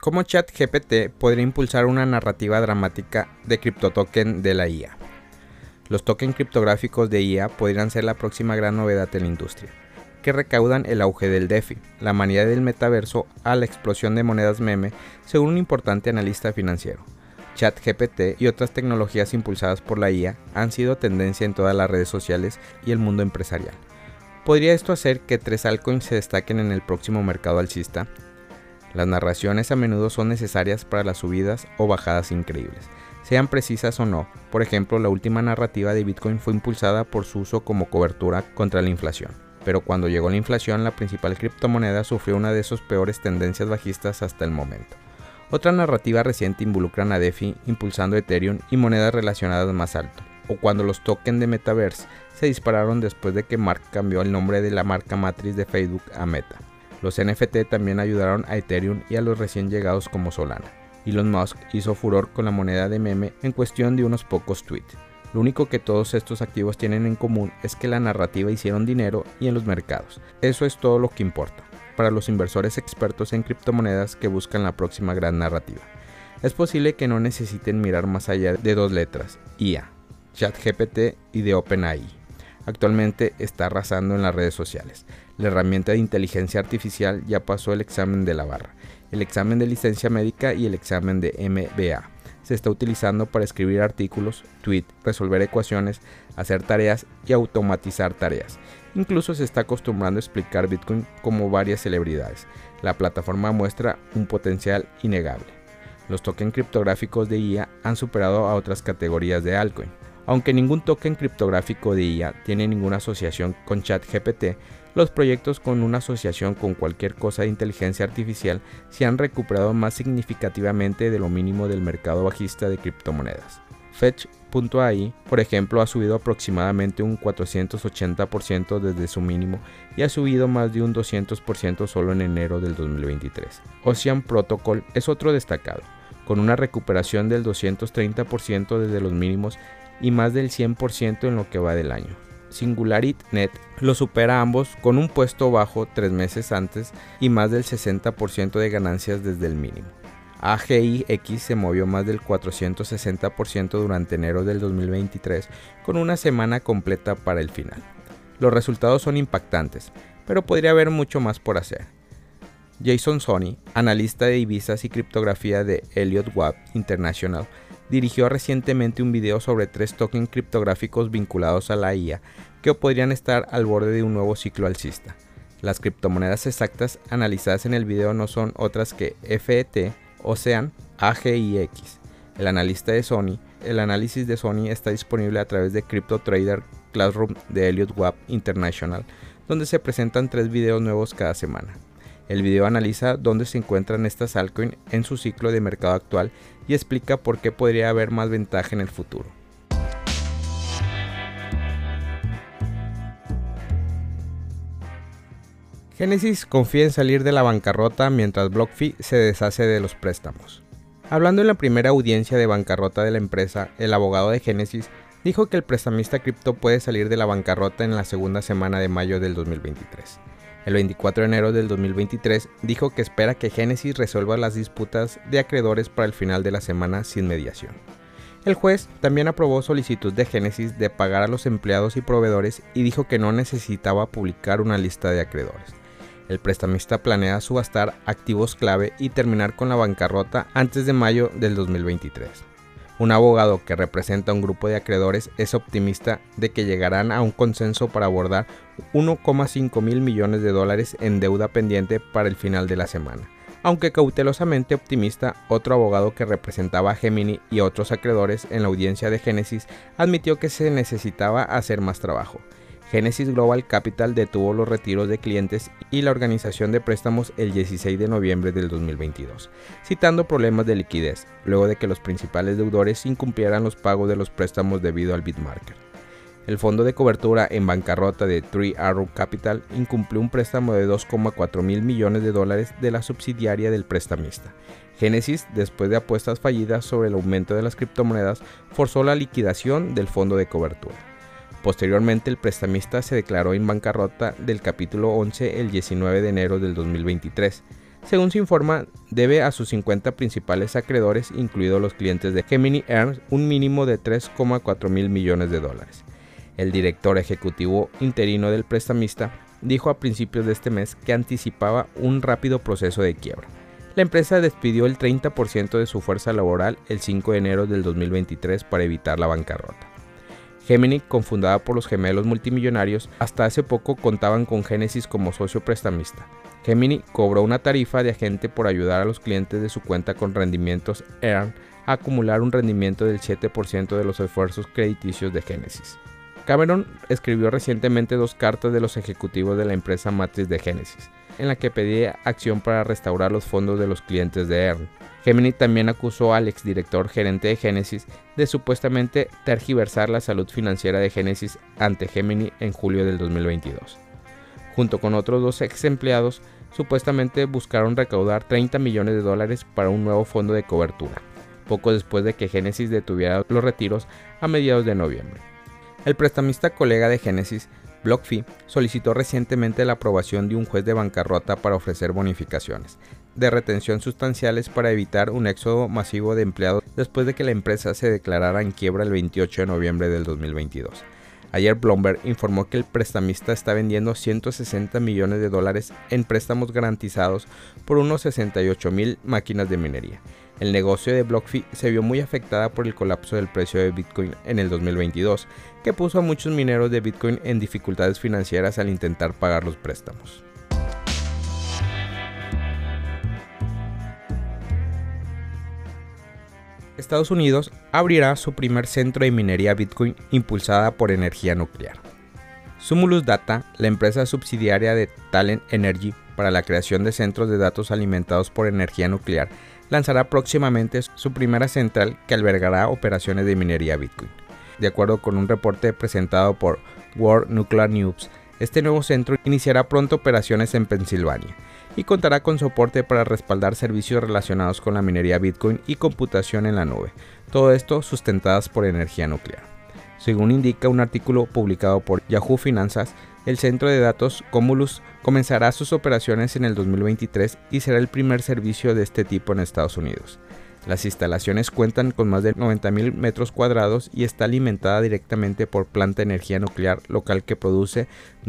¿Cómo ChatGPT podría impulsar una narrativa dramática de criptotoken de la IA? Los tokens criptográficos de IA podrían ser la próxima gran novedad en la industria, que recaudan el auge del DeFi, la manía del metaverso a la explosión de monedas meme, según un importante analista financiero. ChatGPT y otras tecnologías impulsadas por la IA han sido tendencia en todas las redes sociales y el mundo empresarial. ¿Podría esto hacer que 3 altcoins se destaquen en el próximo mercado alcista? Las narraciones a menudo son necesarias para las subidas o bajadas increíbles, sean precisas o no. Por ejemplo, la última narrativa de Bitcoin fue impulsada por su uso como cobertura contra la inflación. Pero cuando llegó la inflación, la principal criptomoneda sufrió una de sus peores tendencias bajistas hasta el momento. Otra narrativa reciente involucra a DeFi impulsando Ethereum y monedas relacionadas más alto, o cuando los tokens de Metaverse se dispararon después de que Mark cambió el nombre de la marca matriz de Facebook a Meta. Los NFT también ayudaron a Ethereum y a los recién llegados como Solana. Elon Musk hizo furor con la moneda de meme en cuestión de unos pocos tweets. Lo único que todos estos activos tienen en común es que la narrativa hicieron dinero y en los mercados. Eso es todo lo que importa para los inversores expertos en criptomonedas que buscan la próxima gran narrativa. Es posible que no necesiten mirar más allá de 2 letras, IA, ChatGPT y de OpenAI. Actualmente está arrasando en las redes sociales. La herramienta de inteligencia artificial ya pasó el examen de la barra, el examen de licencia médica y el examen de MBA. Se está utilizando para escribir artículos, tweet, resolver ecuaciones, hacer tareas y automatizar tareas. Incluso se está acostumbrando a explicar Bitcoin como varias celebridades. La plataforma muestra un potencial innegable. Los tokens criptográficos de IA han superado a otras categorías de altcoin. Aunque ningún token criptográfico de IA tiene ninguna asociación con ChatGPT, los proyectos con una asociación con cualquier cosa de inteligencia artificial se han recuperado más significativamente de lo mínimo del mercado bajista de criptomonedas. Fetch.ai, por ejemplo, ha subido aproximadamente un 480% desde su mínimo y ha subido más de un 200% solo en enero del 2023. Ocean Protocol es otro destacado, con una recuperación del 230% desde los mínimos y más del 100% en lo que va del año. SingularityNet lo supera a ambos con un puesto bajo 3 meses antes y más del 60% de ganancias desde el mínimo. AGIX se movió más del 460% durante enero del 2023 con una semana completa para el final. Los resultados son impactantes, pero podría haber mucho más por hacer. Jason Sonney, analista de divisas y criptografía de Elliott Webb International, dirigió recientemente un video sobre 3 tokens criptográficos vinculados a la IA que podrían estar al borde de un nuevo ciclo alcista. Las criptomonedas exactas analizadas en el video no son otras que FET, Ocean, AGIX. El análisis de Sonney está disponible a través de Crypto Trader Classroom de Elliott Webb International, donde se presentan 3 videos nuevos cada semana. El video analiza dónde se encuentran estas altcoins en su ciclo de mercado actual y explica por qué podría haber más ventaja en el futuro. Genesis confía en salir de la bancarrota mientras BlockFi se deshace de los préstamos. Hablando en la primera audiencia de bancarrota de la empresa, el abogado de Genesis dijo que el prestamista cripto puede salir de la bancarrota en la segunda semana de mayo del 2023. El 24 de enero del 2023 dijo que espera que Genesis resuelva las disputas de acreedores para el final de la semana sin mediación. El juez también aprobó solicitud de Genesis de pagar a los empleados y proveedores y dijo que no necesitaba publicar una lista de acreedores. El prestamista planea subastar activos clave y terminar con la bancarrota antes de mayo del 2023. Un abogado que representa a un grupo de acreedores es optimista de que llegarán a un consenso para abordar 1,5 mil millones de dólares en deuda pendiente para el final de la semana. Aunque cautelosamente optimista, otro abogado que representaba a Gemini y otros acreedores en la audiencia de Genesis admitió que se necesitaba hacer más trabajo. Genesis Global Capital detuvo los retiros de clientes y la organización de préstamos el 16 de noviembre del 2022, citando problemas de liquidez, luego de que los principales deudores incumplieran los pagos de los préstamos debido al BitMarket. El fondo de cobertura en bancarrota de Three Arrow Capital incumplió un préstamo de 2,4 mil millones de dólares de la subsidiaria del prestamista. Genesis, después de apuestas fallidas sobre el aumento de las criptomonedas, forzó la liquidación del fondo de cobertura. Posteriormente, el prestamista se declaró en bancarrota del capítulo 11 el 19 de enero del 2023. Según se informa, debe a sus 50 principales acreedores, incluidos los clientes de Gemini Earn, un mínimo de 3,4 mil millones de dólares. El director ejecutivo interino del prestamista dijo a principios de este mes que anticipaba un rápido proceso de quiebra. La empresa despidió el 30% de su fuerza laboral el 5 de enero del 2023 para evitar la bancarrota. Gemini, confundada por los gemelos multimillonarios, hasta hace poco contaban con Genesis como socio prestamista. Gemini cobró una tarifa de agente por ayudar a los clientes de su cuenta con rendimientos Earn a acumular un rendimiento del 7% de los esfuerzos crediticios de Genesis. Cameron escribió recientemente 2 cartas de los ejecutivos de la empresa matriz de Genesis, en la que pedía acción para restaurar los fondos de los clientes de Earn. Gemini también acusó al exdirector gerente de Genesis de supuestamente tergiversar la salud financiera de Genesis ante Gemini en julio del 2022. Junto con otros 2 ex empleados, supuestamente buscaron recaudar $30 millones para un nuevo fondo de cobertura, poco después de que Genesis detuviera los retiros a mediados de noviembre. El prestamista colega de Genesis, BlockFi, solicitó recientemente la aprobación de un juez de bancarrota para ofrecer bonificaciones de retención sustanciales para evitar un éxodo masivo de empleados después de que la empresa se declarara en quiebra el 28 de noviembre del 2022. Ayer Bloomberg informó que el prestamista está vendiendo $160 millones en préstamos garantizados por unos 68,000 máquinas de minería. El negocio de BlockFi se vio muy afectada por el colapso del precio de Bitcoin en el 2022, que puso a muchos mineros de Bitcoin en dificultades financieras al intentar pagar los préstamos. Estados Unidos abrirá su primer centro de minería Bitcoin impulsada por energía nuclear. Cumulus Data, la empresa subsidiaria de Talent Energy para la creación de centros de datos alimentados por energía nuclear, lanzará próximamente su primera central que albergará operaciones de minería Bitcoin. De acuerdo con un reporte presentado por World Nuclear News, este nuevo centro iniciará pronto operaciones en Pensilvania y contará con soporte para respaldar servicios relacionados con la minería Bitcoin y computación en la nube, todo esto sustentadas por energía nuclear. Según indica un artículo publicado por Yahoo Finanzas, el centro de datos Cumulus comenzará sus operaciones en el 2023 y será el primer servicio de este tipo en Estados Unidos. Las instalaciones cuentan con más de 90,000 metros cuadrados y está alimentada directamente por planta de energía nuclear local que produce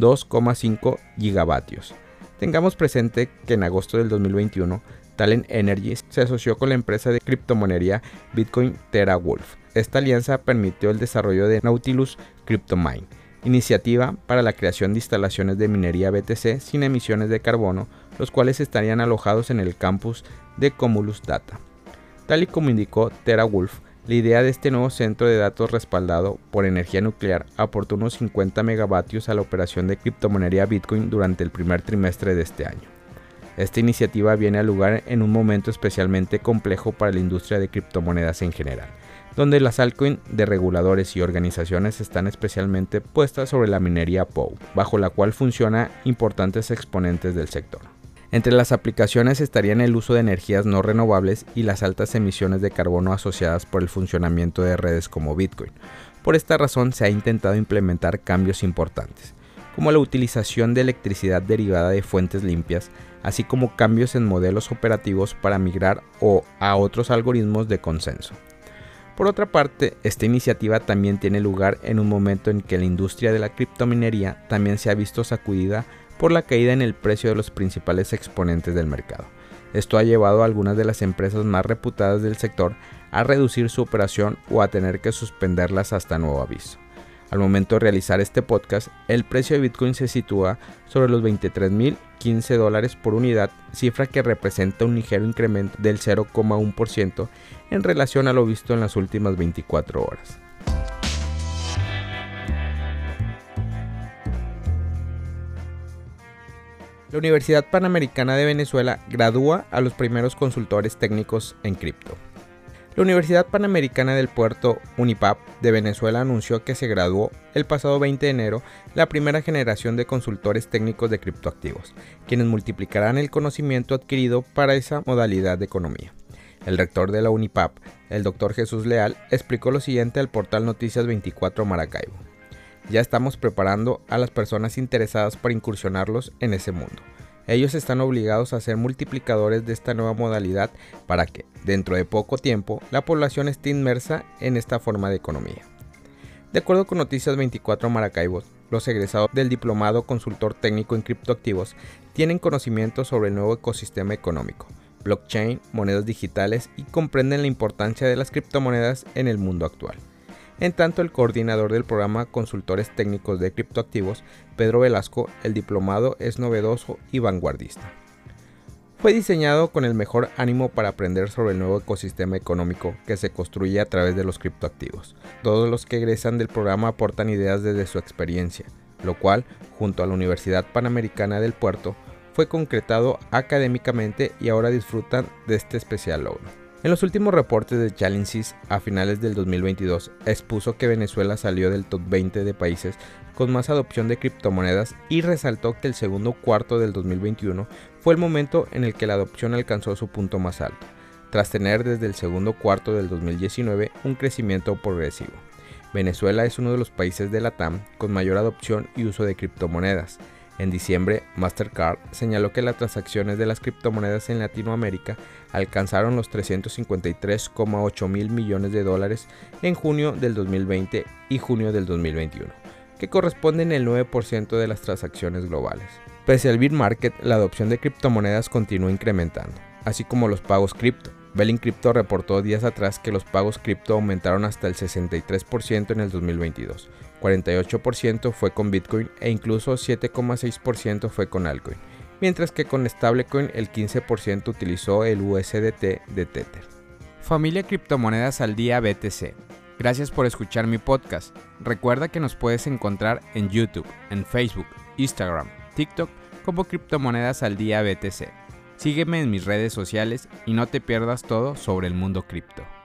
2,5 gigavatios. Tengamos presente que en agosto del 2021, Talent Energy se asoció con la empresa de criptomonería Bitcoin TeraWulf. Esta alianza permitió el desarrollo de Nautilus CryptoMine, iniciativa para la creación de instalaciones de minería BTC sin emisiones de carbono, los cuales estarían alojados en el campus de Cumulus Data. Tal y como indicó TeraWulf, la idea de este nuevo centro de datos respaldado por energía nuclear aportó unos 50 megavatios a la operación de criptomonería Bitcoin durante el primer trimestre de este año. Esta iniciativa viene a lugar en un momento especialmente complejo para la industria de criptomonedas en general, donde las altcoins de reguladores y organizaciones están especialmente puestas sobre la minería POW, bajo la cual funcionan importantes exponentes del sector. Entre las aplicaciones estarían el uso de energías no renovables y las altas emisiones de carbono asociadas por el funcionamiento de redes como Bitcoin. Por esta razón se ha intentado implementar cambios importantes, como la utilización de electricidad derivada de fuentes limpias, así como cambios en modelos operativos para migrar a otros algoritmos de consenso. Por otra parte, esta iniciativa también tiene lugar en un momento en que la industria de la criptominería también se ha visto sacudida por la caída en el precio de los principales exponentes del mercado. Esto ha llevado a algunas de las empresas más reputadas del sector a reducir su operación o a tener que suspenderlas hasta nuevo aviso. Al momento de realizar este podcast, el precio de Bitcoin se sitúa sobre los $23,015 por unidad, cifra que representa un ligero incremento del 0,1% en relación a lo visto en las últimas 24 horas. La Universidad Panamericana de Venezuela gradúa a los primeros consultores técnicos en cripto. La Universidad Panamericana del Puerto UNIPAP de Venezuela anunció que se graduó el pasado 20 de enero la primera generación de consultores técnicos de criptoactivos, quienes multiplicarán el conocimiento adquirido para esa modalidad de economía. El rector de la UNIPAP, el Dr. Jesús Leal, explicó lo siguiente al portal Noticias 24 Maracaibo. Ya estamos preparando a las personas interesadas para incursionarlos en ese mundo. Ellos están obligados a ser multiplicadores de esta nueva modalidad para que, dentro de poco tiempo, la población esté inmersa en esta forma de economía. De acuerdo con Noticias 24 Maracaibo, los egresados del Diplomado Consultor Técnico en Criptoactivos tienen conocimiento sobre el nuevo ecosistema económico, blockchain, monedas digitales y comprenden la importancia de las criptomonedas en el mundo actual. En tanto, el coordinador del programa Consultores Técnicos de Criptoactivos, Pedro Velasco, el diplomado es novedoso y vanguardista. Fue diseñado con el mejor ánimo para aprender sobre el nuevo ecosistema económico que se construye a través de los criptoactivos. Todos los que egresan del programa aportan ideas desde su experiencia, lo cual, junto a la Universidad Panamericana del Puerto, fue concretado académicamente y ahora disfrutan de este especial logro. En los últimos reportes de Chainalysis a finales del 2022 expuso que Venezuela salió del top 20 de países con más adopción de criptomonedas y resaltó que el segundo cuarto del 2021 fue el momento en el que la adopción alcanzó su punto más alto, tras tener desde el segundo cuarto del 2019 un crecimiento progresivo. Venezuela es uno de los países de LATAM con mayor adopción y uso de criptomonedas. En diciembre, Mastercard señaló que las transacciones de las criptomonedas en Latinoamérica alcanzaron los 353,8 mil millones de dólares en junio del 2020 y junio del 2021, que corresponden al 9% de las transacciones globales. Pese al bear market, la adopción de criptomonedas continúa incrementando, así como los pagos cripto. Belling Crypto reportó días atrás que los pagos cripto aumentaron hasta el 63% en el 2022, 48% fue con Bitcoin e incluso 7,6% fue con altcoin, mientras que con stablecoin el 15% utilizó el USDT de Tether. Familia Criptomonedas al Día BTC. Gracias por escuchar mi podcast. Recuerda que nos puedes encontrar en YouTube, en Facebook, Instagram, TikTok como Criptomonedas al Día BTC. Sígueme en mis redes sociales y no te pierdas todo sobre el mundo cripto.